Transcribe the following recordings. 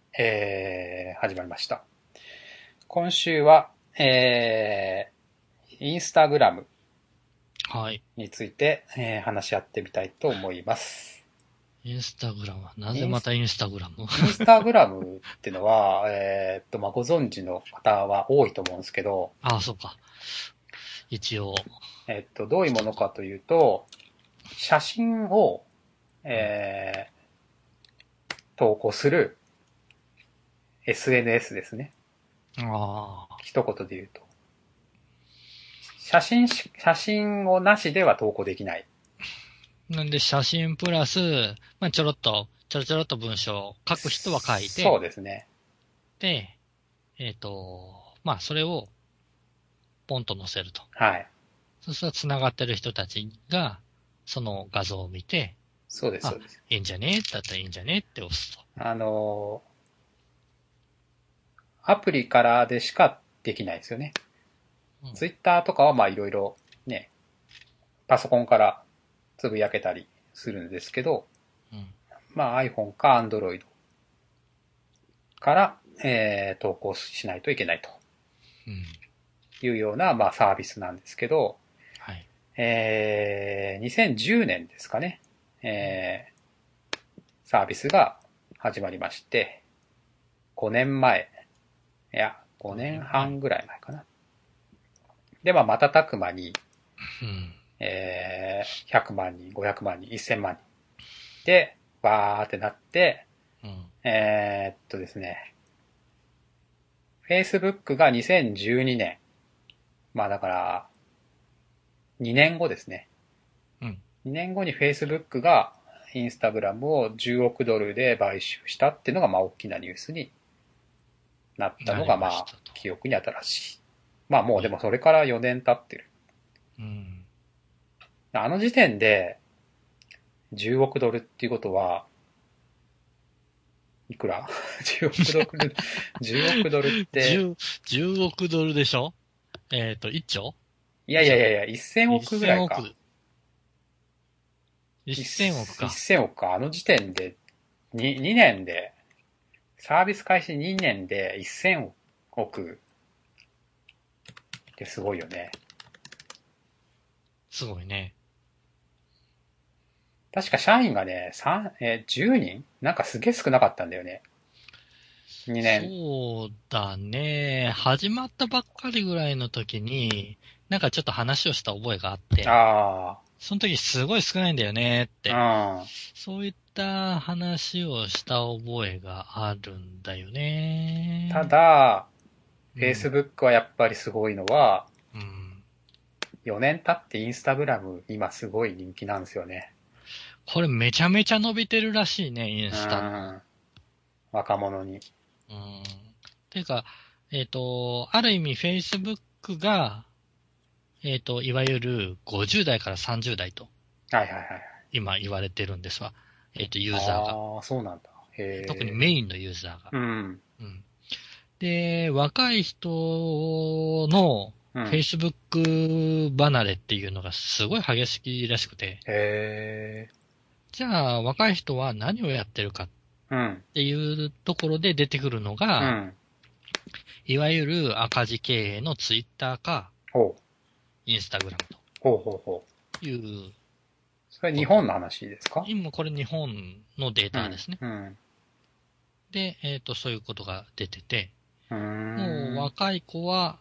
始まりました。今週は、インスタグラムはい。 について、話し合ってみたいと思います。 インスタグラム。なぜインス、 またインスタグラム？ インスタグラムってのは、ご存知の方は多いと思うんですけど、 ああ、そうか。一応、 どういうも一つ。 のかというと、写真を、 うん。 投稿する SNS ですね。 ああ。 一言で言うと。写真をなしでは投稿できない。 なんで写真プラス、まあ、ちょろちょろっと文章を書く人は書いそうて、 ですね。 で、まあ、それをポンと載せると。 はい。 そうすると繋がってる人たちが、その画像を見て、 そうです、そあ、 うです。 いいんじゃねだったらいいんじゃねって押すと。 あの、アプリからでしかできないですよね。 うん。 ツイッターとかはまあいろいろね、パソコンからつぶやけたりするんですけど、 うん。 まあ iPhone か Android から、投稿しないといけないとうん。 いうような、まあサービスなんですけど、 はい。 2010年ですかね、サービスが始まりまして、5年前、いや、5 5 年年前。 半ぐらい前かな。で、まあ瞬く間に、 うん。 100万人、500万人、1000万人で、わーってなって、 うん。 ですね、Facebook が2012年、まあだから2年後ですね。 うん。 2年後に Facebook がインスタグラムを10億ドルで買収したっていうのがまあ大きなニュースになったなりのがまあましたと。 記憶に新しい。まあもううん。 でもそれから4年経ってる。 うん。 あの時点で10億ドルっていうことは、いくら？ 10 億ドル、10億ドルって、 10億ドルでしょ？1兆？ いや以上？ いやいやいや、1000億ぐら 1000 いか。 億。1000億か。 1000億か。あの時点で2年で、サービス開始2年で1000億ってすごいよね。 すごいね。 確か社員がね、10人なんかすげえ少なかったんだよね。2年。 そうだね。始まったばっかりぐらいの時に、なんかちょっと話をした覚えがあって、 あその時すごい少ないんだよねって。 あ、 そういった話をした覚えがあるんだよたね。 だ、 うん。 Facebook はやっぱりすごいのは、 うん。 4年経ってインスタグラム今すごい人気なんですよね。 これめちゃめちゃ伸びてるらしいね、インうスタ。 ん。若者に。 うん。ていうか、ある意味 Facebook が、いわゆる50代から30代とはいはいはい。 今言われてるんですわ。ユーザーが。 ああ、そうなんだ。 特にへえ。 メインのユーザーが。 うん。 うん。で、若い人のうん。 Facebook 離れっていうのがすごい激しいらしくて、 へえ。 じゃあ若い人は何をやってるかっうん。 ていうところで出てくるのが、 うん。 いわゆる赤字経営の Twitter かほう。 Instagram ほうほうほう。 というそれ日こと。 本の話ですか？ 今これ日本のデーうん。 タですね。 うん。 で、そういうことが出てて、 うーもうん。 若い子は、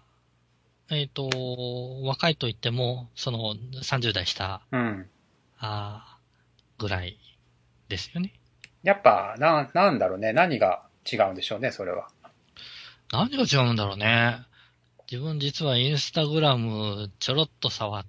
若いと言っても、その30代下、 うん。 ぐらいですよね。 やっぱ、なんだろうね。何が違うんでしょうね、それは。 何が違うんだろうね。自分実はインスタグラムちょろっと触って、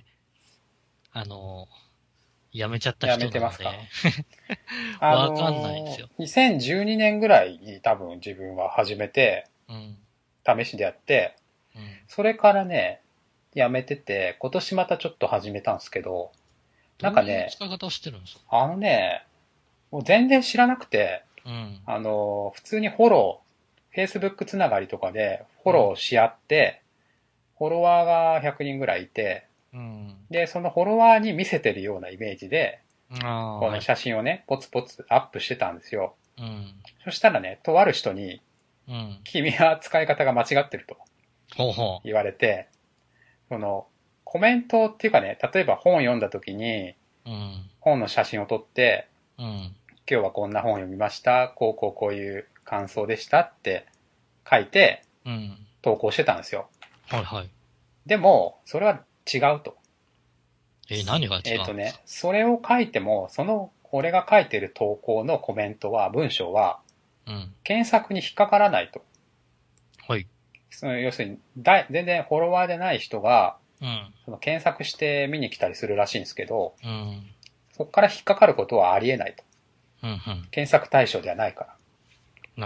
あの、やめちゃったやめ人てますか？ なのでわかんないんですよ。 2012年ぐらいに多分自分は始めて、 うん。 試しでやって、 うん。 それからね、やめてて、今年またちょっと始めたんですけど、なんどういうかね、 使い方をしてるんですか？ あのね、もう全然知らなくて、 うん。 普通にフォロー、Facebook つながりとかでフォうん。 ローし合って、フォロワーが100人ぐらいいて、 うん。 で、そのフォロワーに見せてるようなイメージで、 ああ、 このはい。 写真をね、ポツポツアップしてたんですよ。 うん。 そしたらね、とある人に、 うん。 君は使い方が間違ってるとほうほ言われて、その、コメントっていうかね、例えば本を読んだ時に、 う。うん。 本の写真を撮って、 うん。 今日はこんな本を読みました、こういう感想でしたって書いてうん。 投稿してたんですよ。 はいはい。 でも、それは違うと。 何が違う？ それを書いても、俺が書いてる投稿のコメントは、文章は、 うん。 検索に引っかからないと。 はい。 要するに、全然フォロワーでない人が、 うん。 検索して見に来たりするらしいんですけど、 うん。 そこから引っかかることはありえないと。 うん。うん。 検索対象ではないから。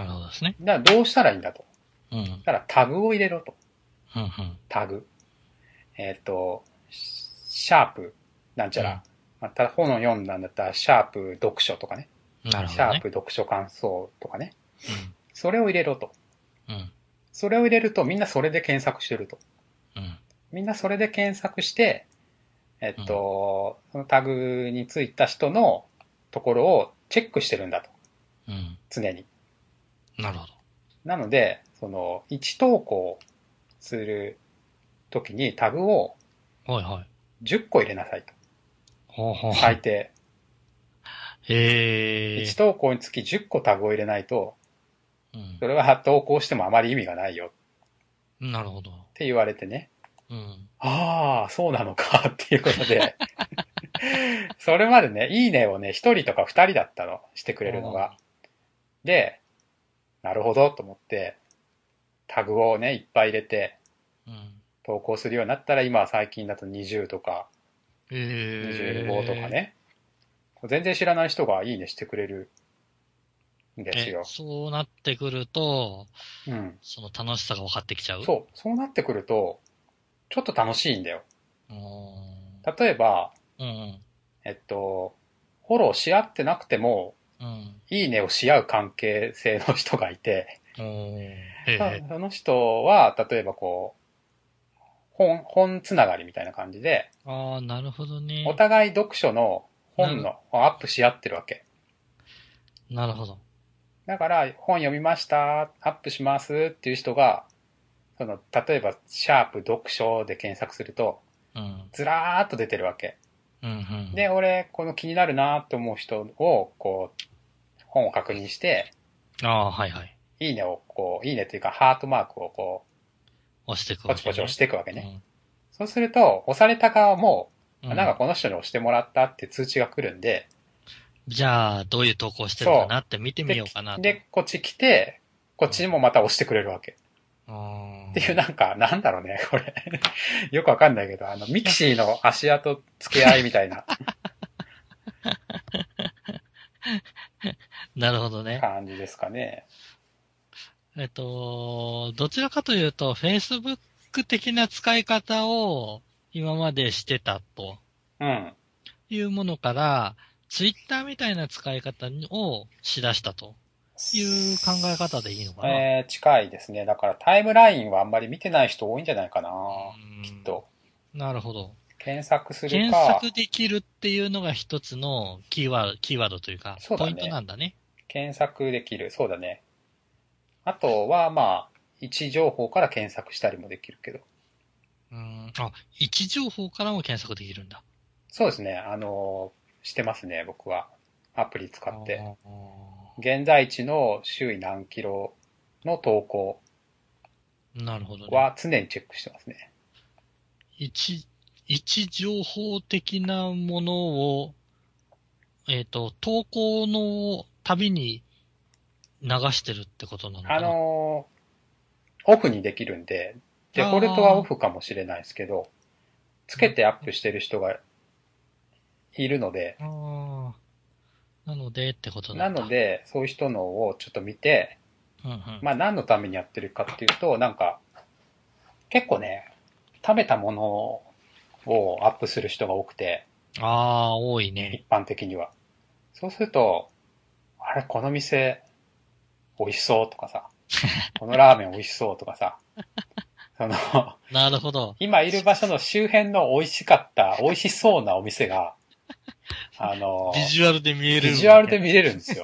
なるほどですね。 だからどうしたらいいんだと。 うん。 だからタグを入れろと。 うん。うん。 タグ。シャープ、なんちゃら。また本を読んだんだったら、シャープ読書とかね。 なるほどね。 シャープ読書感想とかね。 うん。 それを入れろと。 うん。 それを入れるとみんなそれで検索してると。 うん。 みんなそれで検索して、そのタグについた人のところをチェックしてるんだと。 うん。 常に。 なるほど。 なので、1投稿するときにタグをはいはい。 10個入れなさいと。 ほうほう。 最低。 へ 1投稿につき10個タグを入れないと、それは投稿してもあまり意味がないようん。なるほど。 って言われてね。 うん。 ああ、そうなのかっていうことで、それまでね、いいねをね、1人とか2人だったの、してくれるのが。で、なるほどと思って、タグをね、いっぱい入れて、 うん。 投稿するようになったら、今は最近だと20とか、25とかね。全然知らない人がいいねしてくれるんですよ。 そうなってくると、 うん。 その楽しさが分かってきちゃう？ そうなってくると、ちょっと楽しいんだよ。 うーん。 例えば、 うん。 フォローし合ってなくても、 うん。 いいねをし合う関係性の人がいて、 おー。へえ。 その人は、例えば本つながりみたいな感じで、 ああ、なるほどね。 お互い読書の本のアップし合ってるわけ。 なるほど。 だから、本読みました、アップしますっていう人が、例えば、シャープ読書で検索すると、 うん。 ずらーっと出てるわけ。 うんうん。 で、俺、この気になるなと思う人を、本を確認して、 ああ、はいはい。 いいねを、いいねっていうか、ハートマークを押していくわけね。 ポチポチ押していくわけね。そうすると、押された側も、なんかこの人に押してもらったって通知が来るんで、 じゃあ、どういう投稿してるかなって見てみようかなと。 で、こっち来て、こっちにもまた押してくれるわけ。っていうなんだろうね、これ。よくわかんないけど、ミキシーの足跡付け合いみたいな。 なるほどね。 感じですかね。 どちらかというと、Facebook 的な使い方を今までしてたと。 うん。 いうものから、Twitter みたいな使い方をしだしたという考え方でいいのかな？ 近いですね。だからタイムラインはあんまり見てない人多いんじゃないかな。きっと。 なるほど。 検索するか。 検索できるっていうのが一つのキーワードというか、ポイントなんだね。 検索できる。そうだね。あとは、まあ、位置情報から検索したりもできるけど。 位置情報からも検索できるんだ。 そうですね。してますね、僕は。アプリ使って。現在地の周囲何キロの投稿なるほどね。 は常にチェックしてますね。 位置情報的なものを、投稿のたびに流してるってことなのかな？ オフにできるんで、デフォルトはオフかもしれないですけど、つけてアップしてる人がいるので、 なのでってことなんだ。 なので、そういう人のをちょっと見て、まあ何のためにやってるかっていうと、なんか、結構ね、食べたものをアップする人が多くて、 多いね。 一般的には。そうすると、あれ、この店、美味しそうとかさ、このラーメン美味しそうとかさ、 なるほど。 今いる場所の周辺の美味しかった、美味しそうなお店が、 ビジュアルで見える。 ビジュアルで見れるんですよ。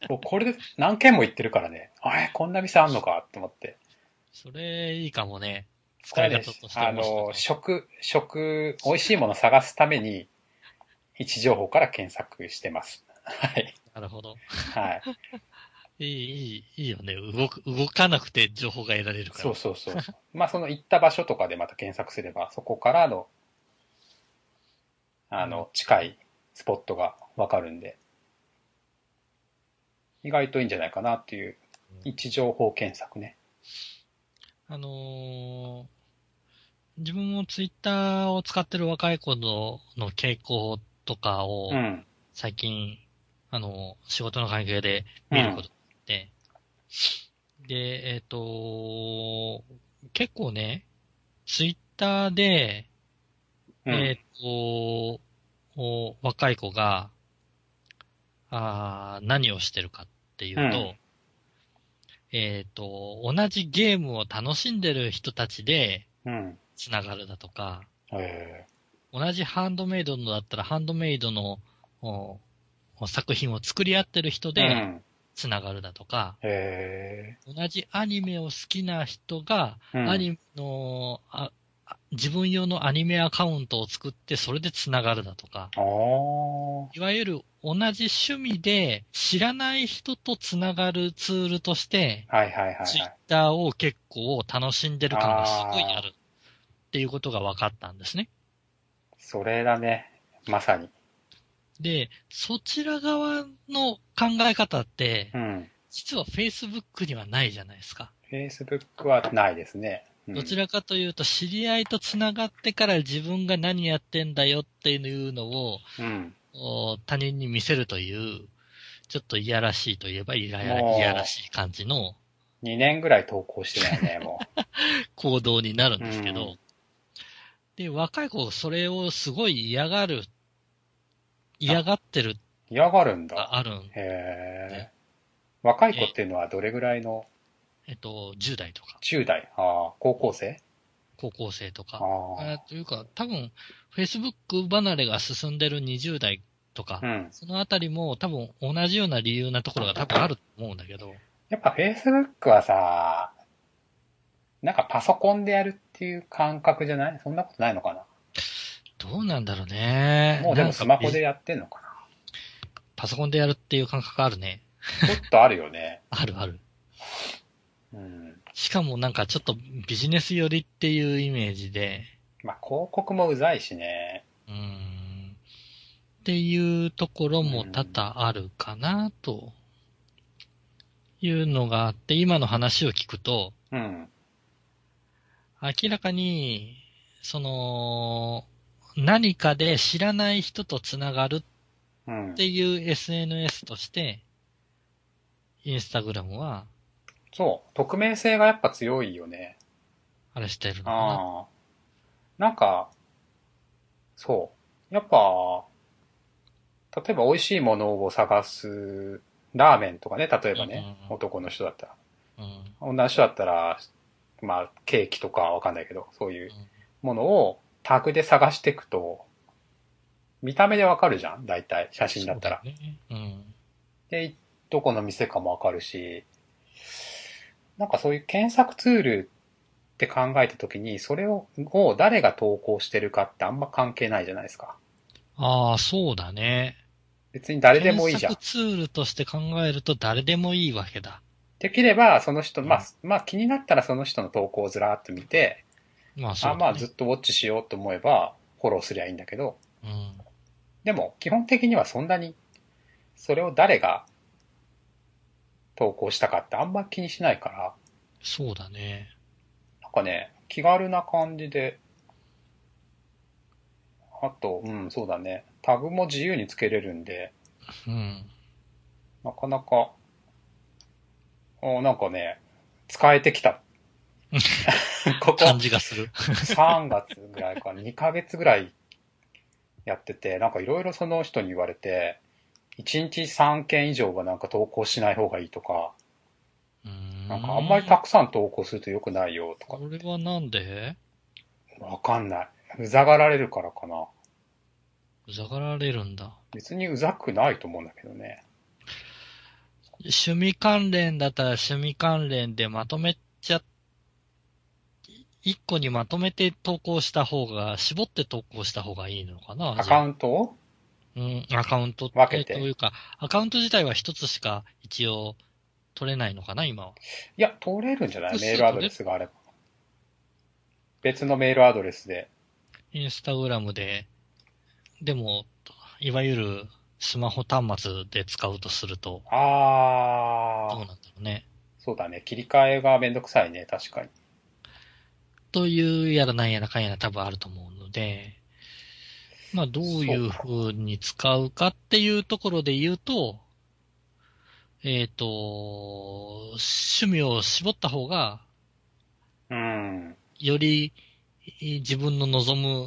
これで何件も行ってるからね、あれこんな店あんのかって思って。 それいいかもね。 これね、 使い方として面白いかも。 美味しいもの探すために、位置情報から検索してます。はい。 なるほど。 はい。 いいよね。動かなくて情報が得られるから。 そうそうそうそう。まあその行った場所とかでまた検索すれば、そこからの、 うん、 近いスポットがわかるんで、意外といいんじゃないかなっていう、位置情報検索ね。 あのー自分もツイッターを使ってる若い子の傾向とかをうん。 最近、仕事の関係でうん。 見ることがあって、で、結構ね、ツイッターで、 うん。 若い子が、何をしてるかっていうん。 うと、同じゲームを楽しんでる人たちでうん。 つながるだとか、 え同じハンドメイドのだったらハンドメイドの作品を作り合ってる人でうん。 つながるだとか、 え同じアニメを好きな人が、 うん。 アニメの、自分用のアニメアカウントを作ってそれでつながるだとか、 ああ。 いわゆる同じ趣味で知らない人とつながるツールとして、 はいはいはいツイッはい。 ターを結構楽しんでる感がすごいあああ、 るっていうことが分かったんですね。 それだね。まさに。 で、そちら側の考え方って、 うん。 実は Facebook にはないじゃないですか。 Facebook はないですね。うん。 どちらかというと、知り合いと繋がってから自分が何やってんだよっていうのをうん。 他人に見せるという、ちょっといやらしいといえばいやらもしい感じのう、2年ぐらい投稿してないね、も行動になるんう。うですけど、 ん。 で、若い子それをすごい嫌あ、 がってる嫌がるんだ。 があるんで、 へえ。若い子っえ、 ていうのはどれぐらいの 10代とか、 10代？ああ、高校生？ 高校生とか、 あというか、多分、Facebook 離れが進んでる20代とか、 あ、うん。 そのあたりも多分同じような理由なところが多分あると思うんだけど、 やっぱ Facebook はさ、なんかパソコンでやるっていう感覚じゃない？そんなことないのかな？ どうなんだろうね。 もうでもなんかスマホでやってんのかな？ パソコンでやるっていう感覚あるね。 ちょっとあるよね。 あるある。 うん。 しかもなんかちょっとビジネス寄りっていうイメージで、 まあ広告もうざいしね。 っていうところうも多ん。 々あるかなというのがあって、今の話を聞くと、 うん。 明らかに、何かで知らない人とつながるっうん。 ていう SNS として、インスタグラムは、 そう。匿名性がやっぱ強いよね。 あれしてるのかな。 ああ。なんか、そう。やっぱ、例えば美味しいものを探す、ラーメンとかね、例えうんうばね、男の人だったら。 んうん。うん。 女の人だったら、まあ、ケーキとかわかんないけど、そういうものをタグで探していくと、見た目でわかるじゃん大体、写真だそうったら。 だよね。うん。 で、どこの店かもわかるし、なんかそういう検索ツールって考えたときに、それを誰が投稿してるかってあんま関係ないじゃないですか。 ああ、そうだね。 別に誰で検もいいじゃん。 索ツールとして考えると誰でもいいわけだ。 できれば、その人、 うん。 まあ気になったらその人の投稿をずらーっと見て、 まあそうだね。 まあずっとウォッチしようと思えば、フォローすりゃいいんだけど、 うん。 でも基本的にはそんなに、それを誰が投稿したかってあんま気にしないから、 そうだね。 なんかね、気軽な感じで、あと、うん、そうだね。タグも自由につけれるんで、 うん。 なかなか、なんかね、使えてきた。ここ感じがする。 3月ぐらいか2ヶ月ぐらいやってて、なんかいろいろその人に言われて、1日3件以上はなんか投稿しない方がいいとか、 うーなんかあんまりん。 たくさん投稿すると良くないよとかこれって。 はなんでわかんない。うざがられるからかな。 うざがられるんだ。 別にうざくないと思うんだけどね。 趣味関連だったら趣味関連でまとめちゃ、一個にまとめて投稿した方が、絞って投稿した方がいいのかな、 アカじゃあ。 ウントをうん、アカウント、と分けて。 いうか、アカウント自体は一つしか一応取れないのかな、今は。 いや、取れるんじゃない複メールアド数取れる。 レスがあれば。別のメールアドレスで。 インスタグラムで、でも、いわゆるスマホ端末で使うとすると、どうなんあー、 だろうね。 そうだね。切り替えがめんどくさいね。確かに。 というやらなんやらかんやら多分あると思うので、まあどういうそうか。 風に使うかっていうところで言うと、趣味を絞った方が、 うん。 より自分の望む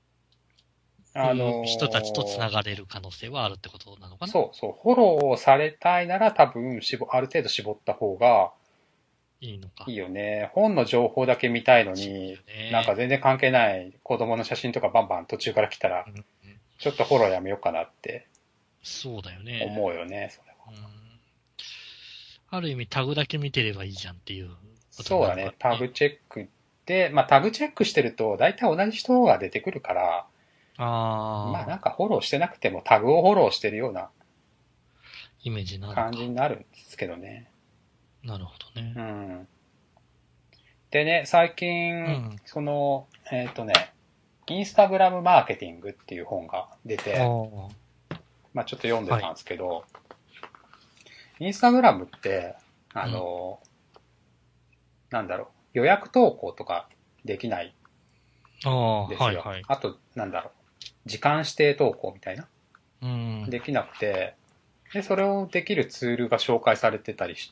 人たちと繋がれる可能性はあるってことなのかな。 そうそう。フォローされたいなら多分ある程度絞った方がいいのか。 いいよね。本の情報だけ見たいのに、 そうだよね。 なんか全然関係ない子供の写真とかバンバン途中から来たら、 うんうん、 ちょっとフォローやめようかなってそうだよね。 思うよね、それは。 うん、ある意味タグだけ見てればいいじゃんっていうことになるのかそうだね。タね。 グチェックで、まあタグチェックしてると大体同じ人が出てくるから、まあなんああ、 かフォローしてなくてもタグをフォローしてるようなイメージになるの感じか。 になるんですけどね。 なるほどね。 うん。でね、最近、 うん。 インスタグラムマーケティングっていう本が出あて、 あ、 まあちょっと読んでたんはい。 ですけど、インスタグラムって、あうん。 の、なんだろう、予約投稿とかできないああ、 ですよ。 はいはい。 あと、時間指定投稿みたいな。 うん。 できなくて、で、それをできるツールが紹介されてたりして、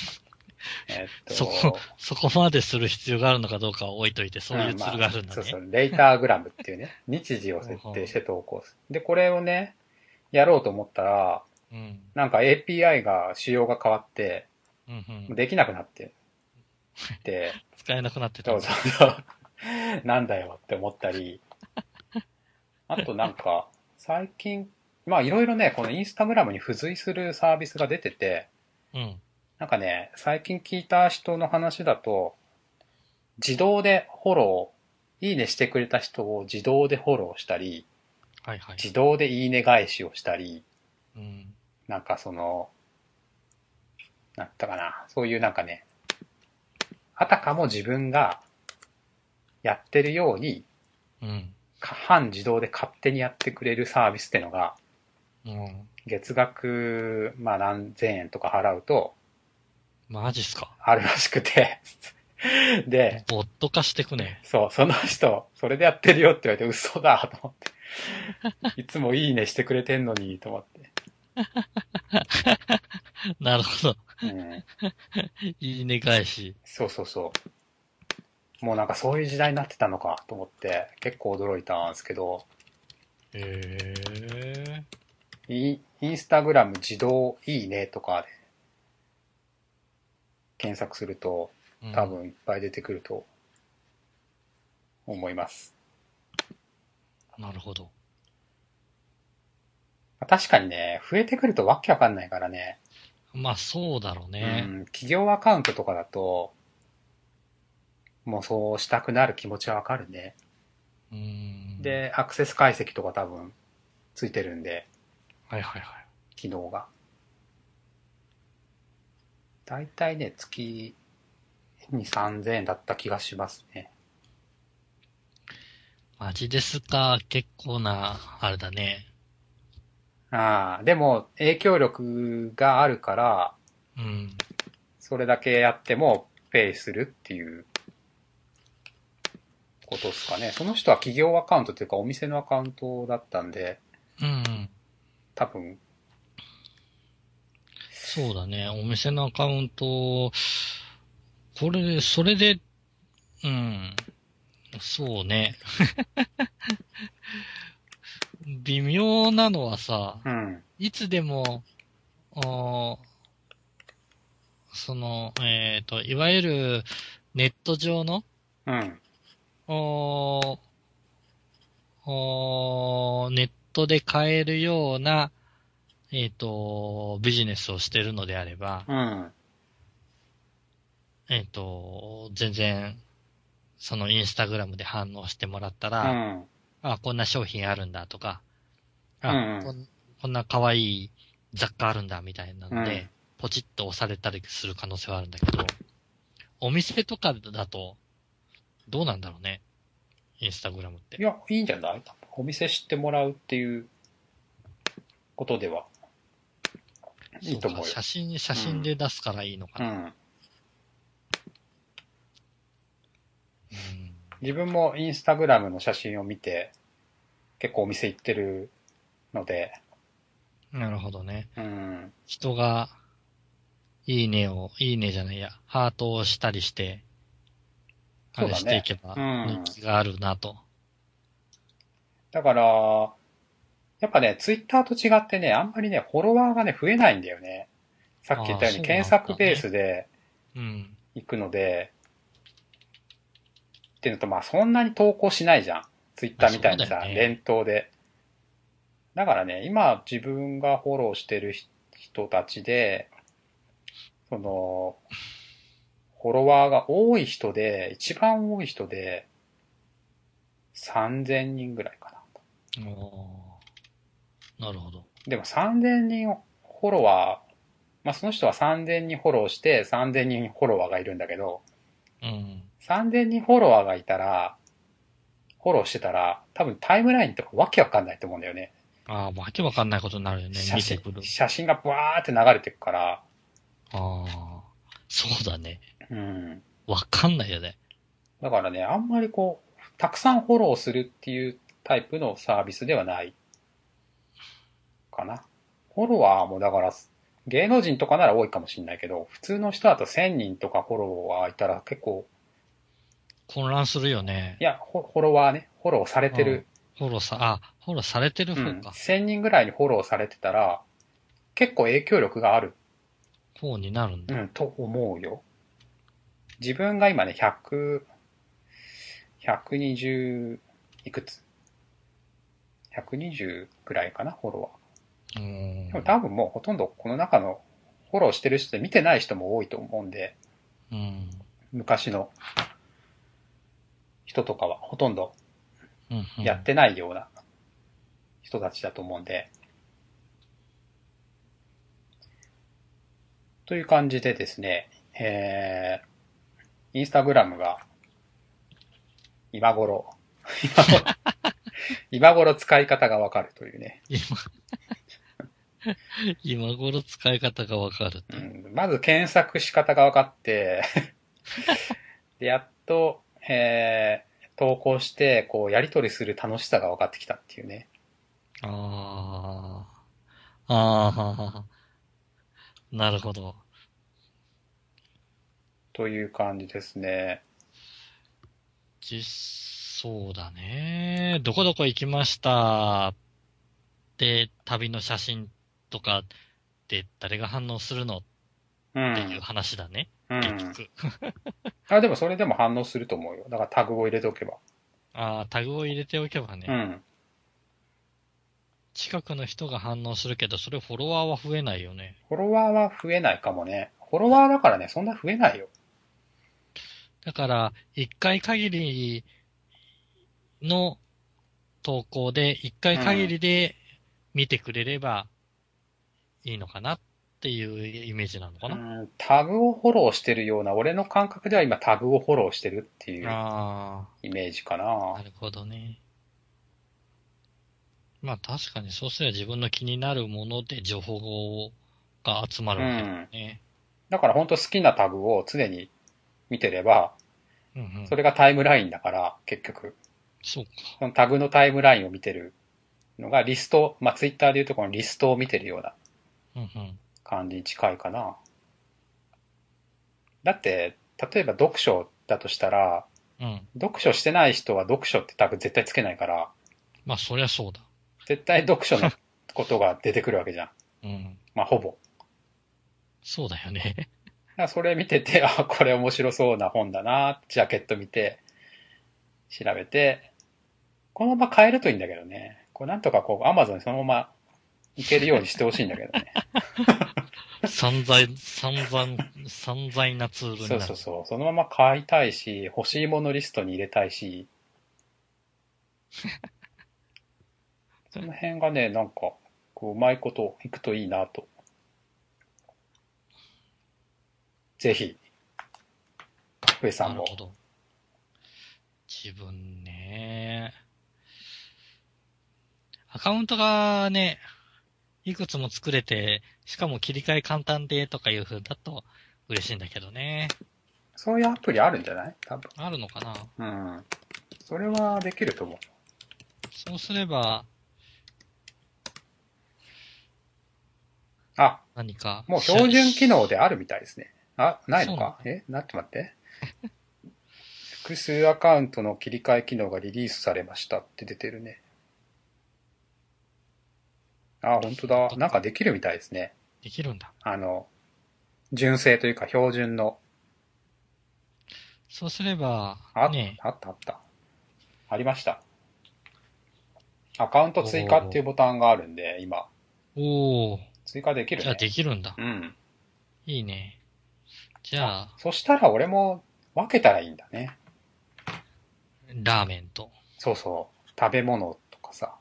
そそこまでする必要があるのかどうかは置いといて、そういうツールがあるんだね。 そうそう、レーターグラムっていうね、日時をほうほ設定して投稿する。で、これをね、やろうと思ったら、 う。うん。 なんか API が、仕様が変わって、 うんうん。 できなくなってて、 使えなくなってたそうそんだ。 うそう、なんだよって思ったり、あとなんか、最近、まあいろいろね、このインスタグラムに付随するサービスが出てて、 うん。 なんかね、最近聞いた人の話だと、自動でフォロー、いいねしてくれた人を自動でフォローしたり、 はいはい。 自動でいいね返しをしたり、 うん。 なんかなんったかな、そういうなんかね、あたかも自分がやってるように、 うん。 半自動で勝手にやってくれるサービスってのが、 うん。 月額、まあ何千円とか払うと、 マジっすか。 あるらしくてで、 ボット化してくね。 そう、その人、それでやってるよって言われて嘘だと思って。いつもいいねしてくれてんのに、と思って。 なるほど。 うん。 いいね返し。 そうそうそう。もうなんかそういう時代になってたのかと思って、結構驚いたんですけど、 へえ。 インスタグラム自動いいねとかで検索すると、 うん。 多分いっぱい出てくると思います。 なるほど。 確かにね、増えてくるとわけわかんないからね。 まあそうだろうね。 うん、企業アカウントとかだと、もうそうしたくなる気持ちはわかるね。 うーん。 で、アクセス解析とか多分ついてるんで、 はいはいはい。 機能が。だいたいね、月に3000円だった気がしますね。 マジですか。結構な、あれだね。 ああ、でも影響力があるから、 うん。 それだけやってもペイするっていうことですかね。その人は企業アカウントというかお店のアカウントだったんで、 うんうん。 多分、 そうだね。お店のアカウント、これで、それで、うん。そうね。微妙なのはさ、 うん、 いつでも、おいわゆるネット上の、 うん、 おネットで買えるような、 ビジネスをしてるのであれば、 うん。 全然、そのインスタグラムで反応してもらったら、 うん。 あ、こんな商品あるんだとか、 うん。うあ、 ん。 こんな可愛い雑貨あるんだみたいなうん。 ので、ポチッと押されたりする可能性はあるんだけど、お店とかだと、どうなんだろうね。インスタグラムって。 いや、いいんじゃない？お店知ってもらうっていうことでは、いいそうか、 と思うよ。 写真うん。 で出すからいいのかな。 うん。 うん。 自分もインスタグラムの写真を見て、結構お店行ってるので、 なるほどね。 うん。 人が、いいねじゃないや、ハートをしたりして、あれしていそうだね。 けばうん。 人気があるなと。 だから、やっぱね、ツイッターと違ってね、あんまりね、フォロワーがね、増えないんだよね。さっき言っああ、 たようにそうなん検索ベーだね。 スでうん。 行くので、っていうのと、まあそんなに投稿しないじゃん。ツイッターみまあそうたいにさ、 だよね。 連投で。だからね、今自分がフォローしてる人たちで、その、フォロワーが多い人で、一番多い人で3000人ぐらいかな。 おー、なるほど。 でも3000人フォロワー、まあその人は3000人フォローして3000人フォロワーがいるんだけど、 うん。 3000人フォロワーがいたら、フォローしてたら、多分タイムラインとかわけわかんないと思うんだよね。 ああ、わけわかんないことになるよね。見てくる。 写真がブワーって流れてくから、 ああ、そうだね。 うん。 わかんないよね。 だからね、あんまりこう、たくさんフォローするっていうタイプのサービスではないかな。フォロワーもだから、芸能人とかなら多いかもしれないけど、普通の人だと1000人とかフォロワーいたら結構、 混乱するよね。 いや、フォロワーね、フォローされうん。 てる。 フォローされてるうん。 方か。 1000人ぐらいにフォローされてたら、結構影響力がある。 方になるんだ。 うん、と思うよ。自分が今ね、100、120いくつ？ 120 くらいかな、フォロワうーー。でもん。 多分もうほとんどこの中のフォローしてる人で見てない人も多いと思うんで、 うん。 昔の人とかはほとんどうん。うん。 やってないような人たちだと思うんで、という感じでですね、インスタグラムが今頃、今頃、今頃使い方がわかるというね。 今頃使い方がわかるって。 うん、まず検索し方がわかってで、やっと、投稿して、こう、やり取りする楽しさが分かってきたっていうね。 ああ。ああ。なるほど。 という感じですね。 そうだね。どこどこ行きましたで、旅の写真とかって誰が反応するのっていううん。 話だね。 うん。 結局。 あ、でもそれでも反応すると思うよ。だからタグを入れておけば。 ああ、タグを入れておけばね。 うん。 近くの人が反応するけど、それフォロワーは増えないよね。 フォロワーは増えないかもね。フォロワーだからね、そんな増えないよ。 だから、一回限りの投稿で、一回限うん。 りで見てくれればいいのかなっていうイメージなのかな。 うん、タグをフォローしてるような、俺の感覚では今タグをフォローしてるっていうあイメージかあ、 な。 なるほどね。まあ確かにそうすれば自分の気になるもので情報が集まるわけだようん。 ね。 だから本当好きなタグを常に見てれば、 うんうん。 それがタイムラインだから、結局。 そうか。 そのタグのタイムラインを見てるのがリスト、まあ、ツイッターでいうとこのリストを見てるようなうんうん。 感じに近いかな。だって、例えば読書だとしたら、 うん。 読書してない人は読書ってタグ絶対つけないから、 まあそりゃそうだ。 絶対読書のことが出てくるわけじゃん。 うん。 まあ、ほぼ。 そうだよね。 だからそれ見てて、あ、これ面白そうな本だな、ジャケット見て、調べて、このまま買えるといいんだけどね。こうなんとかこう、アマゾンにそのままいけるようにしてほしいんだけどね。 散財なツールになる。 そうそうそう。そのまま買いたいし、欲しいものリストに入れたいし、その辺がね、なんか、こう、うまいこといくといいなと。ぜひ、上さんも。 なるほど。自分ね。アカウントがね、いくつも作れて、しかも切り替え簡単でとかいう風だと嬉しいんだけどね。 そういうアプリあるんじゃない多分。 あるのかな。 うん。それはできると思う。 そうすれば、 あ、 何か、 もう標準機能であるみたいですね。あ、ないのそうなのか待って。複数アカウントの切り替え機能がリリースされましたって出てるね。あ、本当だ。なんかできるみたいですね。 できるんだ。 純正というか標準の。 そうすれば、 あね、 あったあった。ありました。アカウント追加っていうボタンがあるんで、今。 おー、 追加できるじゃあでね。 きるんだ。 うん。 いいね。じゃあ、 そしたら俺も分けたらいいんだね。 ラーメンと。 そうそう。食べ物とかさ。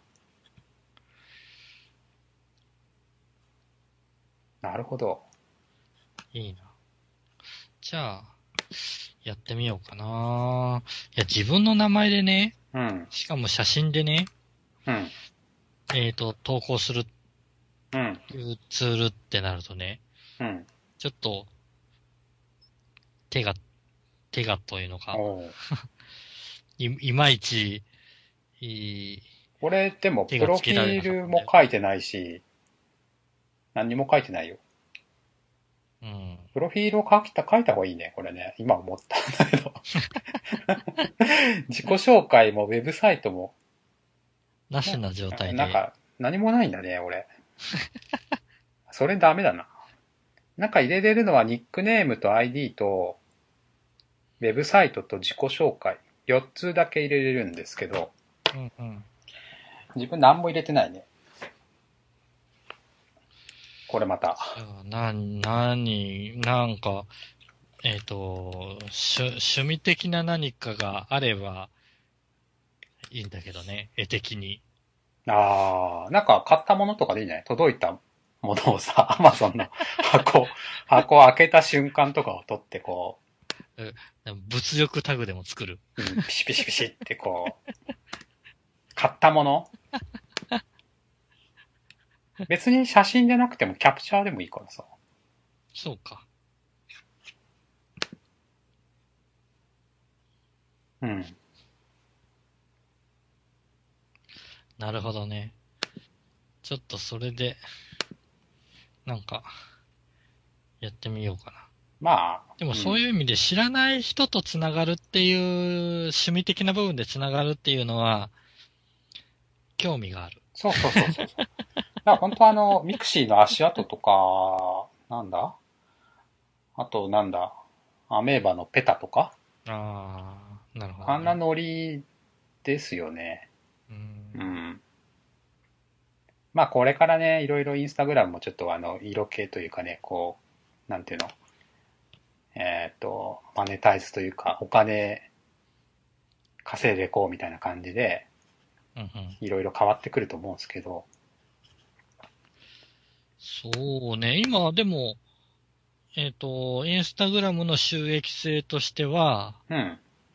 なるほど。 いいな。じゃあ、やってみようかな。いや、自分の名前でね、 うん。 しかも写真でね、 うん。 投稿するうん。 ツールってなるとね、 うん。 ちょっと手が、手がというのか、 おう。 いまいち、い俺でも手プロフがつけられィールなかったんだよ。 も書いてないし、何にも書いてないよ。 うん。 プロフィールを書いた方がいいね、これね。今思ったんだけど。自己紹介もウェブサイトも、 なしな状態で、 なんか何もないんだね、俺。それダメだな。なんか入れれるのはニックネームと ID と、ウェブサイトと自己紹介。4つだけ入れれるんですけど、 うんうん。 自分何も入れてないね。これまた。 じゃあ、なんか、趣味的な何かがあればいいんだけどね、絵的に。 なんか買ったものとかでいいね。届いたものをさ、アマゾンの箱開けた瞬間とかを撮ってこ物欲タグでも作る。 う、ピシピシピシってこう、買ったもの別に写真じゃなくてもキャプチャーでもいいからさ。 そうか。 うん。 なるほどね。ちょっとそれで、なんか、やってみようかな。 まあ、 でもうん、 そういう意味で知らない人とつながるっていう、趣味的な部分でつながるっていうのは、興味がある。 そうそうそうそう。だから本当ミクシーの足跡とか、なんだあとなんだアメーバのペタとかああ、なるほどあんなね。 ノリですよね。 うん。 うん。まあこれからね、いろいろインスタグラムもちょっと色気というかね、こう、なんていうのマネタイズというか、お金稼いでいこうみたいな感じで、 うんうん。 いろいろ変わってくると思うんですけど、 そうね。今、でも、インスタグラムの収益性としては、 うん。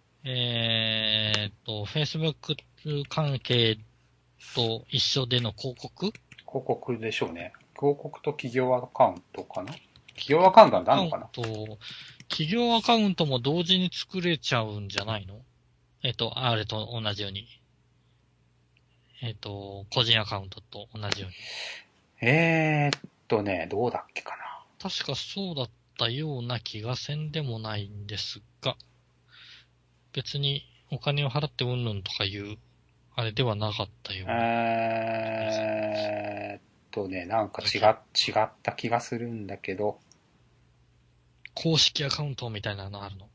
Facebook 関係と一緒での広告広告でしょうね。広告と企業アカウントかな企業アカウントなんてあアカウンんのかなト、企業アカウントも同時に作れちゃうんじゃないの？あれと同じように。個人アカウントと同じように。 どうだっけか確かそうだったような気がせんでもないんですが、別にお金を払ってうんぬんとかいう、あれではなかったような。 な。 なんか違った気がするんだけど、 公式アカウントみたいなのあるの？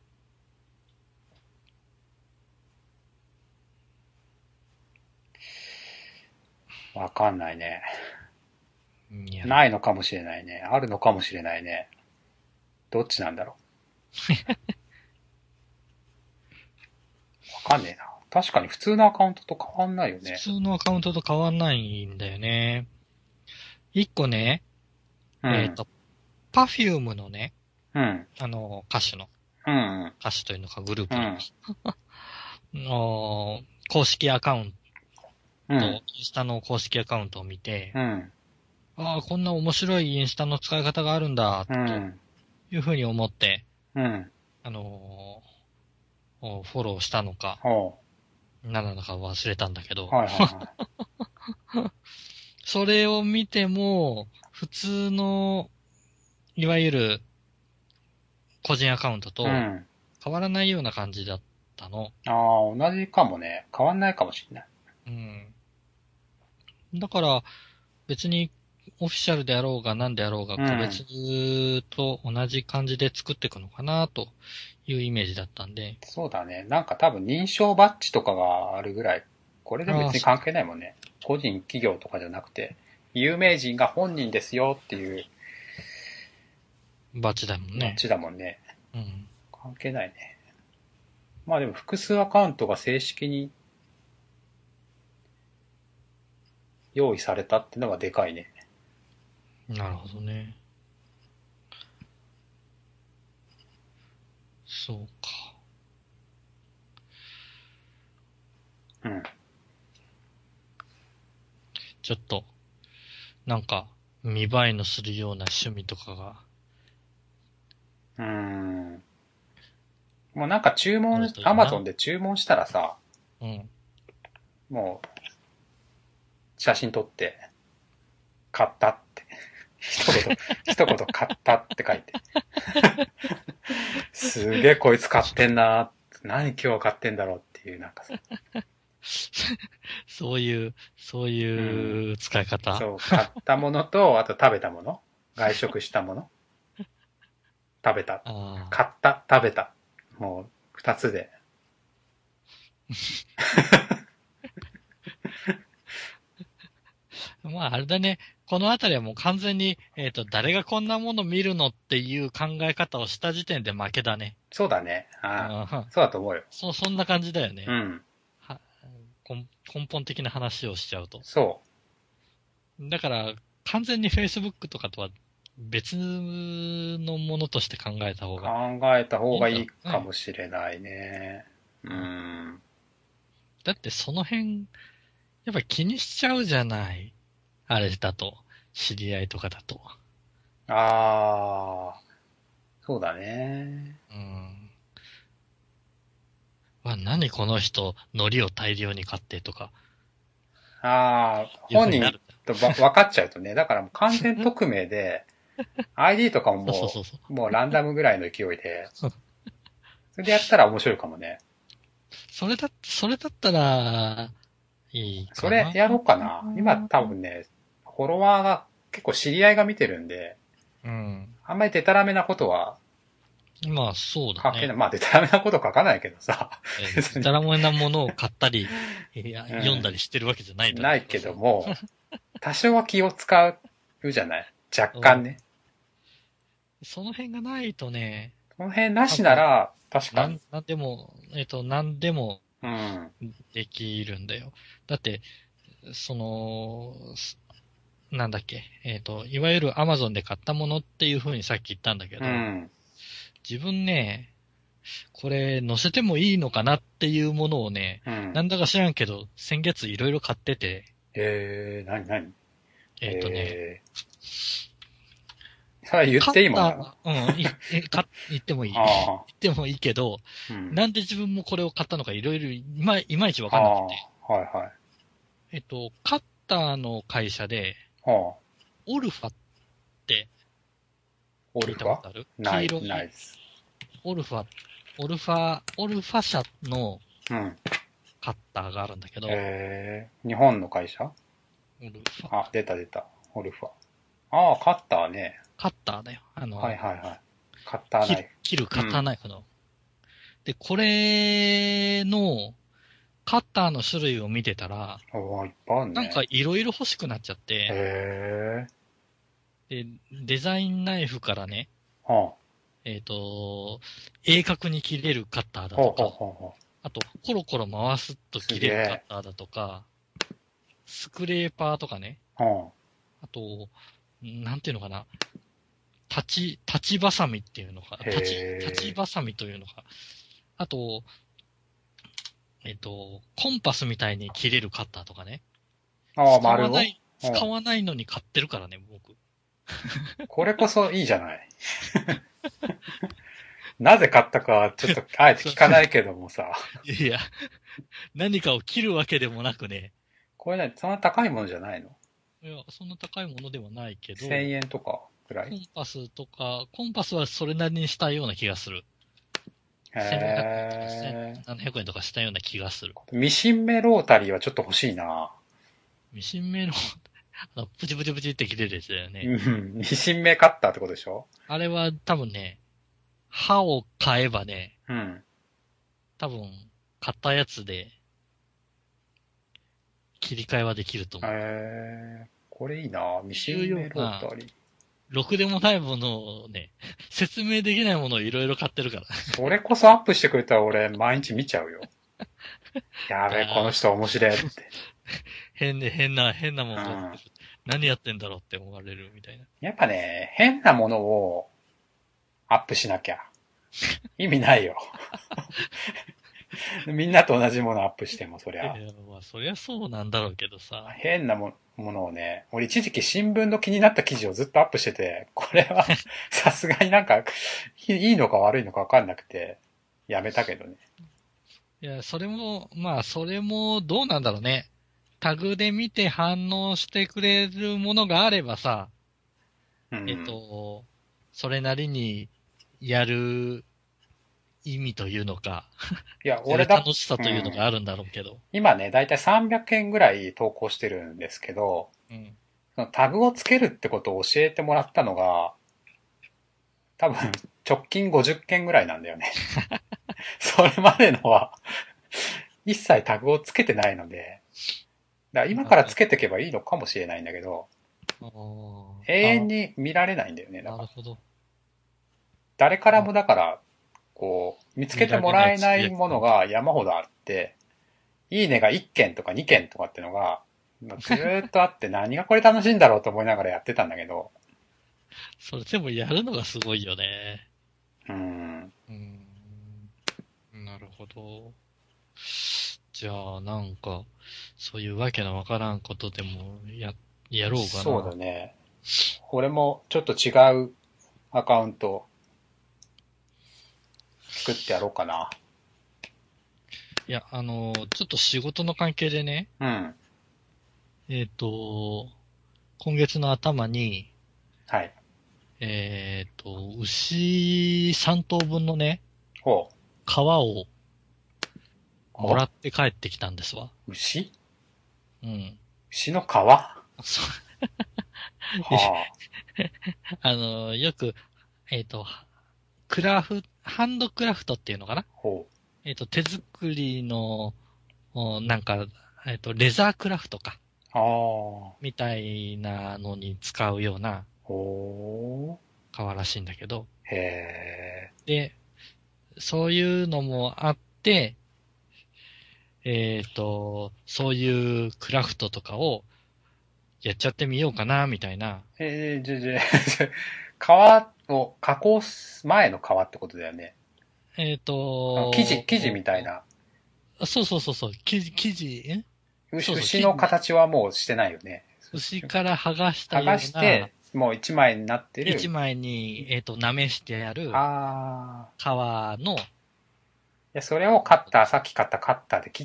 わかんないね。 いや、 ないのかもしれないね。あるのかもしれないね。どっちなんだろう。わかんねえな。確かに普通のアカウントと変わんないよね。 普通のアカウントと変わんないんだよね。一個ね、 うん。 パフュームのね、 うん。 歌手の、 うん。 歌手というのかグループの、 うん。 公式アカウント、 うん。 インスタの公式アカウントを見て、 うん。 ああ、こんな面白いインスタの使い方があるんだ、とうん。 いうふうに思って、 うん。 あのフォローしたのか、 ほ何なのか忘れたんだけう。 ど、 はいはいはそれを見ても、普通の、いわゆる個人アカウントい。うとん。 変わらないような感じだったの。 ああ、同じかもね。変わんないかもしれない。 うん。だから、別にオフィシャルであろうが何であろうがうん。 個別と同じ感じで作っていくのかなというイメージだったんで。 そうだね。なんか多分認証バッジとかがあるぐらい、これでああ、 別に関係ないもんね。個人企業とかじゃなくて、有名人が本人ですよっていうバッチだもんね。 バッジだもんね。 うん。 関係ないね。まあでも複数アカウントが正式に用意されたってのはでかいね。 なるほどね。そうか。 うん。 ちょっと、なんか、見栄えのするような趣味とかがうーん。もうなんか注ある文、 といいな。 アマゾンで注文したらさ、 うん。 もう写真撮って、買ったって。一言買ったって書いて。すげえこいつ買ってんな。何今日は買ってんだろうっていうなんかさ。 そううん。 いう使い方。 そう、買ったものと、あと食べたもの。外食したもの。食べた。 あ買った、食べた。もう、二つで。 あ。まあ、あれだね。このあたりはもう完全に、誰がこんなもの見るのっていう考え方をした時点で負けだね。 そうだね。 うああ、 ん。 そうだと思うよ。 そんな感じだよね。 うん。 は、根本的な話をしちゃうと。 そだから、完全に Facebook とかとは別のものとして考えたう。 方が考えた方いいんがいいだろうね。 かもしれないね。ううん。 ん。 だってその辺、やっぱ気にしちゃうじゃない。あれだと。知り合いとかだと。 ああ、そうだね。 うん。何この人、海苔を大量に買ってとか、 ああ、 いう本人風になる。 と分かっちゃうとね、だからもう完全匿名で、ID とかもそうそうそうそう。 もうランダムぐらいの勢いで、それでやったら面白いかもね。 それだったら、いいかな。 それやろうかな。今多分ね、フォロワーが結構知り合いが見てるんで、 うん。 あんまりデタラメなことはまあ、そうだね。 書けない。まあデタラメなこと書かないけどさ、別に。 だらもなものを買ったり、 う読んだりしてるわけじゃないん。 だろうないけからさ。 ども、多少は気を使うじゃない。若うん。 干ね。 その辺がないとね、 この辺なしな多分、 ら、確かに。 なんでも、なんでもうん。 できるんだよ。だって、その、なんだっけ、いわゆる Amazon で買ったものっていう風にさっき言ったんだけど、 うん。 自分ね、これ載せてもいいのかなっていうものをね、 うん。 なんだか知らんけど、先月いろいろ買ってて、 何えっ、とね、 えそれは言っ買っていいもんなの？ た、うん、言ってもいい。言ああ、 ってもいいけど、 うん。 なんで自分もこれを買ったのかいろいろいまいちわああ、 かんなくて。 はいはい。 カッターの会社で、 はあ、 オルファって聞いオルファたことある？ ない、 黄色い、 ないです。 オルファ、オルファ社のうん。 カッターがあるんだけど、 日本の会社？ オルファ、 あ、出た出た。オルファ。ああ、カッターね。 カッターだよ。 はいはいはい。カッターナイフ。 切るカッターうん。 ナイフの。で、これの、カッターの種類を見てたら、 おーいっぱいあるなんかね。 いろいろ欲しくなっちゃって、 へえ。 で、デザインナイフからね、 ほ鋭角に切れるカッターう。ほうほうだとか、 ほうほあと、コロコロ回すとう。す切れるカッげえ。 ターだとか、スクレーパーとかね、 ほあと、なんていうのかな、立ちバサミっていうのか、 う。 立ちへバサミというのか、あと、コンパスみたいに切れるカッターとかね。 ー。ああ、丸を使うん。 わないのに買ってるからね、僕。 これこそいいじゃない。なぜ買ったかはちょっとあえてそう聞かないけどもさ。 いや、何かを切るわけでもなくね、 これね、そんな高いものじゃないの？ いや、そんな高いものではないけど、 1000 円とかくらい？ コンパスとか、コンパスはそれなりにしたような気がする。1500円とかへ 1700円とかしたような気がする。 ー。ミシン目ロータリーはちょっと欲しいな。 ミシン目の、プチプチプチって切れるやつだよね。 うん。ミシン目カッターってことでしょ？ あれは多分ね、刃を買えばね、 うん。 多分、買ったやつで切り替えはできると思う。 これいいな。ミシいうン目ような、 ロータリー。 ろくでもないものをね、説明できないものをいろいろ買ってるから。 それこそアップしてくれたら俺毎日見ちゃうよ。やべえ、このああ、 人面白いって。 変なもうん。 ん買ってる。何やってんだろうって思われるみたいな。 やっぱね、変なものをアップしなきゃ意味ないよ。みんなと同じものアップしてもそりゃ。 いや、まあ、そりゃそうなんだろうけどさ。 変なものをね、俺一時期新聞の気になった記事をずっとアップしてて、これはさすがになんかいいのか悪いのかわかんなくて、やめたけどね。 いや、それもどうなんだろうね。タグで見て反応してくれるものがあればさ、 うん。 それなりにやる意味というのか、 いや、 やる楽しさというのがあるんだろうけど。 今ね、だいたい300件ぐらい投稿してるんですけど、 うん。 そのタグをつけるってことを教えてもらったのが、多分直近50件ぐらいなんだよね。それまでのは一切タグをつけてないので、だから今からつけていけばいいのかもしれないんだけど、永遠に見られないんだよね。だから、 なるほど。 誰からあ、 もだから、こう、見つけて見られないもらえなつぶやきなんだ。 いものが山ほどあって、いいねが1件とか2件とかってのが、ずーっとあって何がこれ楽しいんだろうと思いながらやってたんだけど、 それでもやるのがすごいよね。 うーん、 うーん。なるほど。じゃあ、なんか、そういうわけのわからんことでもやろうかそうな。 だね。俺もちょっと違うアカウント作ってやろうかな。 いや、ちょっと仕事の関係でね、 うん。 えっと、今月の頭に、 はい。 牛3頭分のね、 ほう。 皮をもらおって帰ってきたんですわ。 牛うん。 牛の皮はそうあ。 よく、えっと、ハンドクラフトっていうのかな。 ほう。 手作りの、なんか、レザークラフトか。 ああ。 みたいなのに使うようなほう。 革らしいんだけど。 へえ。 で、そういうのもあって、そういうクラフトとかをやっちゃってみようかな、みたいな。 皮を加工す前の皮ってことだよね。 えっ生地と、 みたいな。 そう、生地、そうそう、 牛の形はもうしてないよね。 牛から剥がした剥がような、 して、もう一枚になって一る。 枚に、舐めしてあるああ。 皮ので、それをカッター、さっき買ったカッターで切って、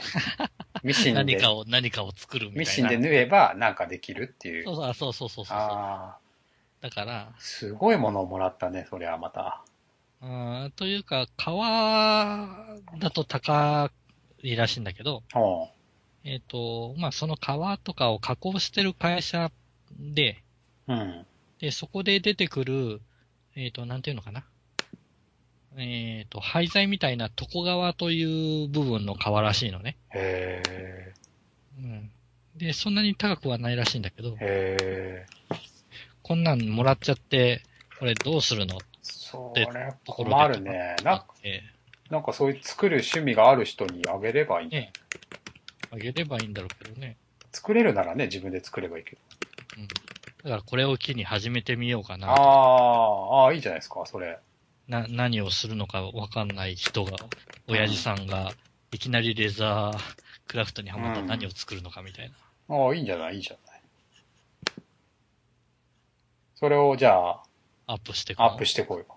ミシンで、 何かを作るみミたいな。 シンで縫えばなんかできるっていう。 そう。 ああ。 だから、 すごいものをもらったね、そりゃまた。 というか、皮だと高いらしいんだけど、 ほまあ、その皮とかを加工してる会社で、 う。うん。 で、そこで出てくる、なんていうのかな。廃材みたいな床革という部分の皮らしいのね。 へえ。 うん。で、そんなに高くはないらしいんだけど、 へえ。 こんなんもらっちゃって、これどうするのっそてれところで困るね。なんかそういう作る趣味がある人にあげればいいんだよ。 ね、あげればいいんだろうけどね。 作れるならね、自分で作ればいいけど。 うん。だからこれを機に始めてみようかなとか。 ああ、いいじゃないですか、それ。 何をするのかわかんない人が、 うん。 親父さんが、いきなりレザークラフトにハマったら何うん。 を作るのかみたいな。 ああ、いいんじゃない、いいじゃない。それをじゃあ、 アップしていくアッの？ プしてこいよ。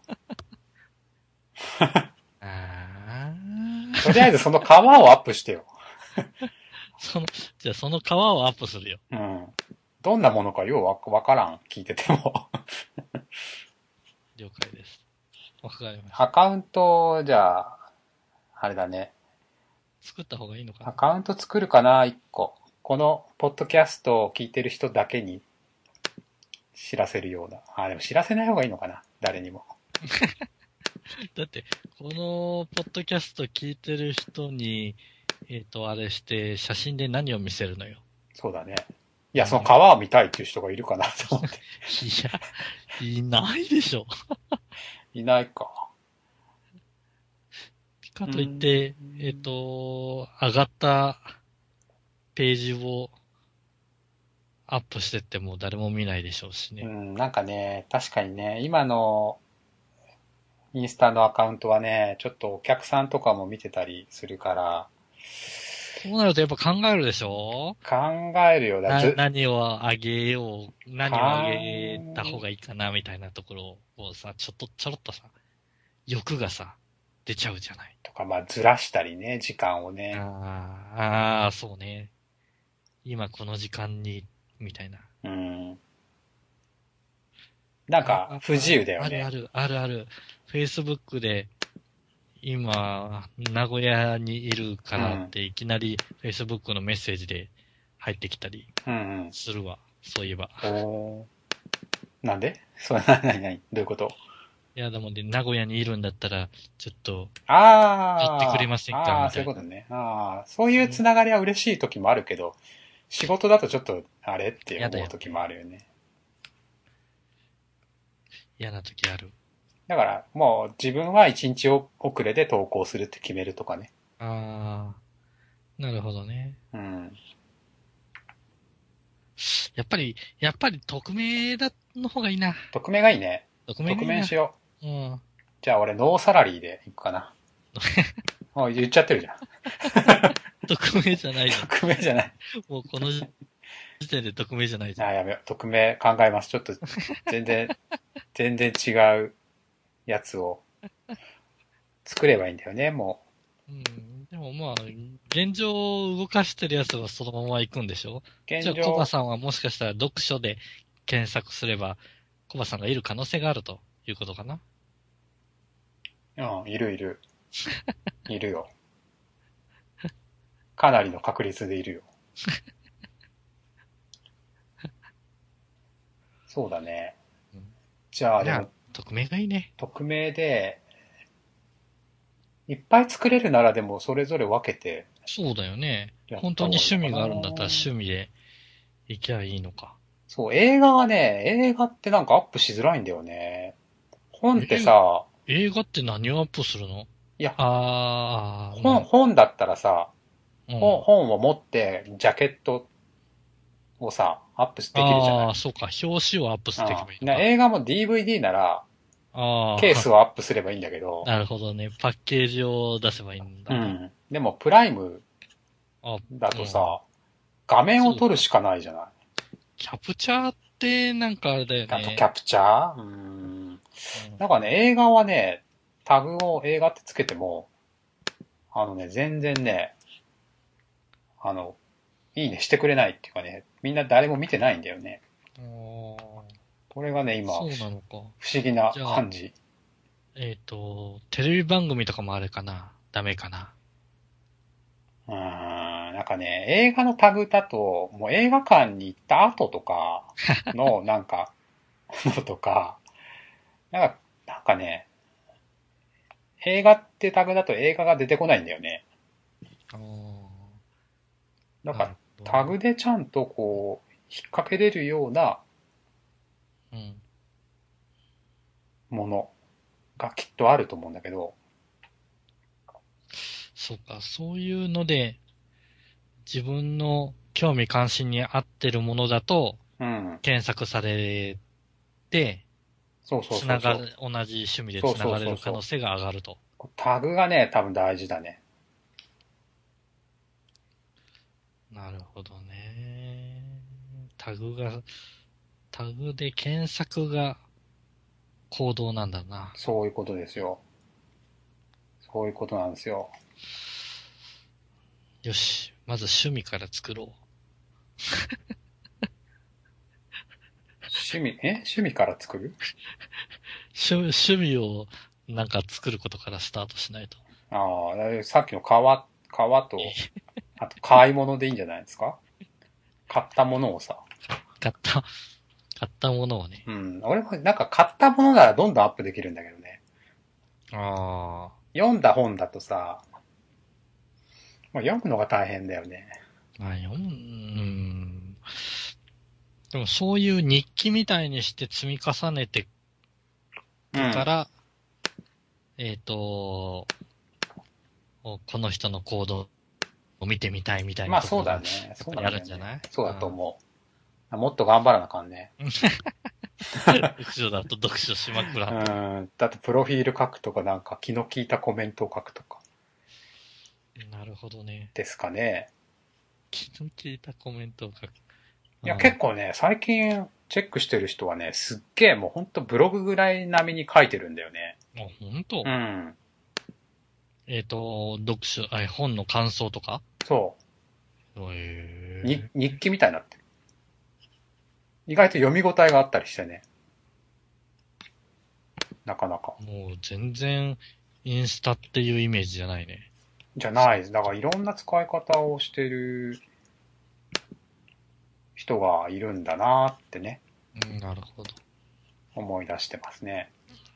あとりあえずその皮をアップしてよ。 じゃあその皮をアップするよ。 うん。どんなものかようわからん、聞いてても。 了解です。わかりました。 アカウント、じゃあ、あれだね。 作った方がいいのかな？ アカウント作るかな、一個。この、ポッドキャストを聞いてる人だけに知らせるような。あ、でも知らせない方がいいのかな、誰にも。 だって、このポッドキャスト聞いてる人に、あれして写真で何を見せるのよ。 そうだね。いや、その皮を見たいっていう人がいるかなと思って。 いや、いないでしょ。 いないか。 かといって、上がったページをアップしてっても誰も見ないでしょうしね。 なんかね、確かにね、今のインスタのアカウントはね、ちょっとお客さんとかも見てたりするから、 そうなるとやっぱ考えるでしょ？ 考えるようだ。 何をあげよう、何をあげた方かがいいかな、みたいなところをさ、ちょろっとさ、欲がさ、出ちゃうじゃない。 とか、まあ、ずらしたりね、時間をね。 そうね。今この時間に、みたいな。 うん。なんか、不自由だよね。 あるある。Facebook で、今、名古屋にいるからって、いきなり Facebook のメッセージで入ってきたりうんするわ。そういえば。 うん。なんで何どういうこと？ いや、でもね、名古屋にいるんだったら、ちょっと、買ってくれあませんかあ、ああ、 みたいな。 そういうことね。ああ、そういうつながりは嬉しい時もあるけど、仕事だとちょっと、あれってやだよね。 思う時もあるよね。 嫌な時ある。 だから、もう自分は1日遅れで投稿するって決めるとかね。 あなるほどね。 うん。 やっぱり匿名の方がいいな。 匿名がいいね。匿匿名がいいな。 名しよう。 うん。 じゃあ俺ノーサラリーで行くかな。もう言っちゃってるじゃん。 匿名じゃないじゃん。 匿名じゃない。 もうこの時点で匿名じゃないじゃん。 あ、やめよう。匿名考えます。ちょっと、全然、全然違うやつを作ればいいんだよね、もうん。でもまあ、現状を動かしてるやつはそのまま行くんでしょ？ う。 じゃあ、コバ現状、 さんはもしかしたら読書で検索すれば、コバさんがいる可能性があるということかな？ うん、いるいる。いるよ。かなりの確率でいるよ。そうだね。 うん。 じゃあじゃあ、 でも、 匿名がいいね。 匿名で、いっぱい作れるならでもそれぞれ分けてそうだよね。 やっ本当にた方がいいのか趣味があるんだったらな。 趣味で行きゃいいのか。 そう、映画はね、映画ってなんかアップしづらいんだよね。本ってさ、 映画って何をアップするの？ いや、本だったらさ、 うん。 本を持ってジャケットをさ、アップできるじゃない。 そうか。表紙をアップしていけばいいうん。 のか。 映画も DVD なら、ケースああ、 をアップすればいいんだけど、 なるほどね。パッケージを出せばいいんだね。 うん。でも、プライムあ、 だうん。 とさ、画面をそうか。 撮るしかないじゃない。 キャプチャーってなんかあれだよあと、キね。 ャプチャーなんかね、映画はね、タグを映画ってつけても、全然ね、あの、いいねしてくれないっていうかね、みんな誰も見てないんだよね。 うん。 これがね、今、 そうなのか。 不思議なじゃあ、 感じ。 テレビ番組とかもあれかな。ダメかな。 なんかね、映画のタグだと、もう映画館に行った後とかの、なんか、のとか、なんかね、映画ってタグだと映画が出てこないんだよね。 あなんか、 なるほど。 タグでちゃんとこう、引っ掛けれるようなうん。 ものがきっとあると思うんだけど、 そうか、そういうので、自分の興味関心に合ってるものだと、 うん。 検索されて、 そうそうそうそう。 同じ趣味でそうそうつながれそうそる可能性が上がると。 う。タグがね、多分大事だね。 なるほどね。タグが、タグで検索が行動なんだな。 そういうことですよ。そういうことなんですよ。 よし。まず趣味から作ろ趣味から作る？ 趣味をなんか作ることからスタートしないと。 ああ、さっきの川と、あと買い物でいいんじゃないですか？買ったものをさ。 買った、買ったものをね。 うん。俺もなんか買ったものならどんどんアップできるんだけどね。 あ読んだ本だとさ、もう読むのが大変だよね。 あ、まあ、でもそういう日記みたいにして積み重ねていうん。 くから、えっ、と、この人の行動を見てみたいみたいまあそうなところが、やだね。そうっぱりあなんだよね。 るんじゃない？ そうだと思う。もっと頑張らなあかんね。 読書だと読書しまくらうんと。 ん。だってプロフィール書くとかなんか気の利いたコメントを書くとかなるほどね。 ですかね。 気の利いたコメントを書く。 いやああ、 結構ね、最近チェックしてる人はね、すっげえもうほんとブログぐらい並みに書いてるんだよね。 本当？ うん。 読書、本の感想とか？ そへう。日記みたいになってる。意外と読み応えがあったりしてね。なかなか。 もう全然インスタっていうイメージじゃないね。 じゃないです。だからいろんな使い方をしてる人がいるんだなってね、 うん、なるほど。 思い出してますね。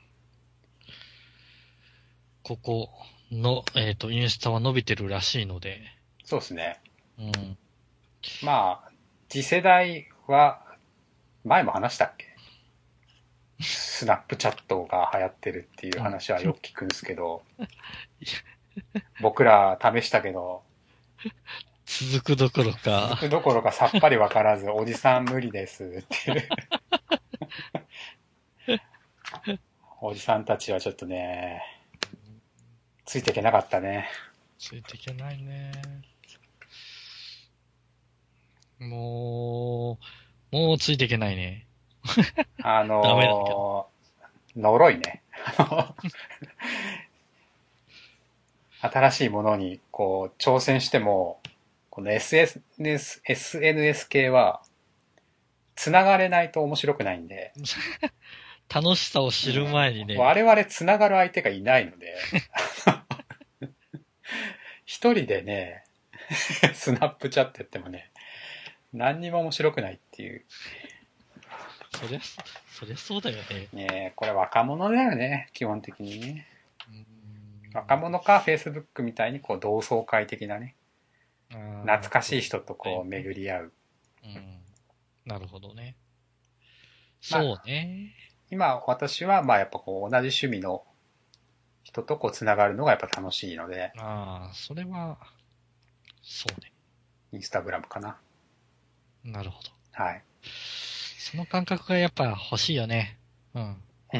ここの、インスタは伸びてるらしいので、 そうですね。 うん。 まあ、次世代は、前も話したっけ？スナップチャットが流行ってるっていううん、 話はよく聞くんですけど、僕ら試したけど、 続くどころ続くか、 どころかさっぱりわからず、おじさん無理ですっていう。おじさんたちはちょっとね、ついていけなかったね。 ついていけないね。もうついていけないね。ダメだけど。 呪いね。新しいものにこう挑戦しても、この SNS 系は繋がれないと面白くないんで、 楽しさを知る前にね、 我々繋がる相手がいないので、一人でね、スナップチャットやってもね、何にも面白くないっていう。 そりゃ、そりゃそうだよね。 ねこれ若者だよね、基本的にね。 うー若ん。 者か Facebook みたいにこう同窓会的なね、懐かしい人とこうね。 巡り合う。 うん。なるほどね。 まあ、 そうね。 今私はまあやっぱこう同じ趣味の人とこう繋がるのがやっぱ楽しいので、 ああ、それは、そうね。 インスタグラムかな。 なるほど。 はい。 その感覚がやっぱ欲しいよね。うん。 うん。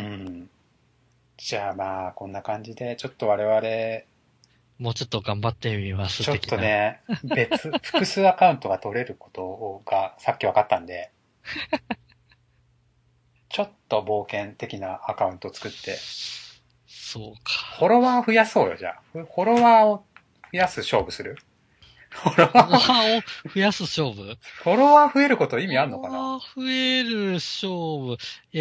じゃあまあこんな感じで、ちょっと我々、 もうちょっと頑張ってみます、 ちょっ的な。 とね、複数アカウントが取れることがさっき分かったんで、ちょっと冒険的なアカウントを作って、 そうフォか。 ロワー増やそうよ、じゃあ。フォロワーを増やす勝負する？フォロフォロワワー、 ーを増やす勝負？ フォロワー増えること意フ味あんのかな？ ォロワー増える勝負。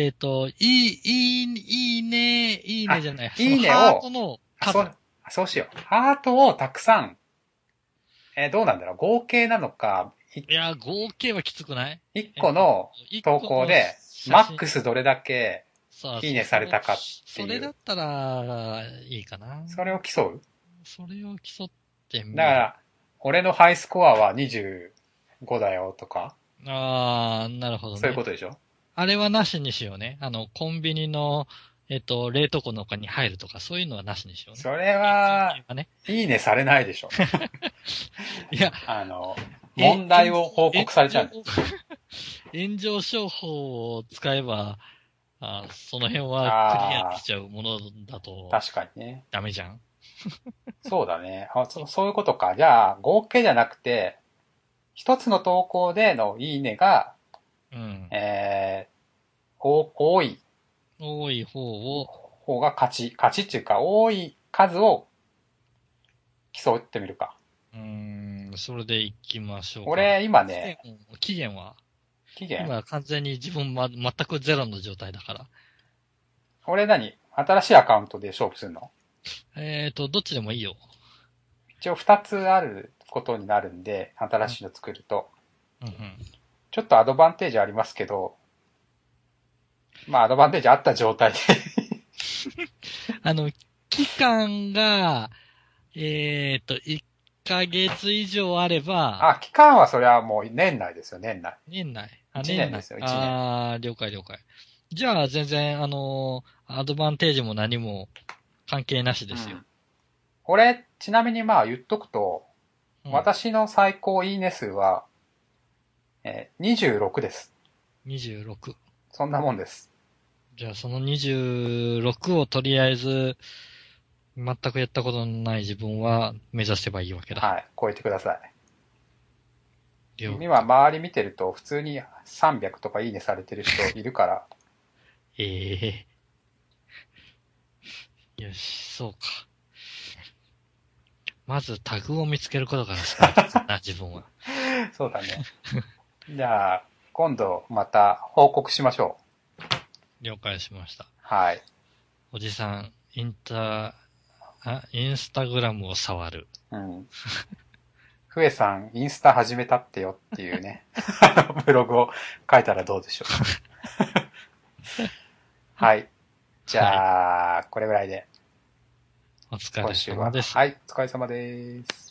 いいね、いいねあ、 じゃない。そのいいねハートを、 のあ、そ数。 う、そうしよう。ハートをたくさん、どうなんだろう。合計なのか、 いや、合計はきつくない？ 一個の投一個の稿で、マッ写真。 クスどれだけいいねされたかっていう、 それだったら、いいかな。 それを競う。 それを競ってみる。 だから、俺のハイスコアは25だよとか、 ああ、なるほどそういうね。 ことでしょ？ あれはなしにしようね。コンビニの、冷凍庫の中に入るとか、そういうのはなしにしようね。 それは、 ね、 いいねされないでしょ。 いや、 問題を報告されちゃうんです。 炎上商法を使えば、その辺はクリアできちゃうものだと。 確かにね。 ダメじゃん。 そうだね。そういうことか。じゃあ、合計じゃなくて、一つの投稿でのいいねが、 うん。 多い多い方が勝ち。勝ちっていうか、多い数を競ってみるか。 それで行きましょうか。 俺、今ね、 期限は期限今完全に自分全くゼロの状態だから。 俺新しいアカウントで勝負するの？ どっちでもいいよ。 一応二つあることになるんで、新しいの作ると。 うんうん、 ちょっとアドバンテージありますけど、まあアドバンテージあった状態で期間が、1ヶ月以上あれば、 期間はそれはもう年内ですよ、年内。 年内。 1年ですよ、1年。 了解了解。じゃあ全然、アドバンテージも何も関係なしですよ。 俺、ちなみにまあ言っとくと、 うん、 私の最高いいね数は、26です。 26。 そんなもんです。 じゃあその26をとりあえず、全くやったことのない自分は目指せばいいわけだ。 はい、超えてください。今周り見てると普通に300とかいいねされてる人いるから。 よし、そうか。まずタグを見つけることからスタートするな、自分は。 そうだね。じゃあ、今度また報告しましょう。了解しました。 はい。 おじさん、インスタグラムを触る。 うん。ふえさん、インスタ始めたってよっていうね、ブログを書いたらどうでしょう。はい。じゃあ、これぐらいで。 お疲れ様です。 はい、お疲れ様です。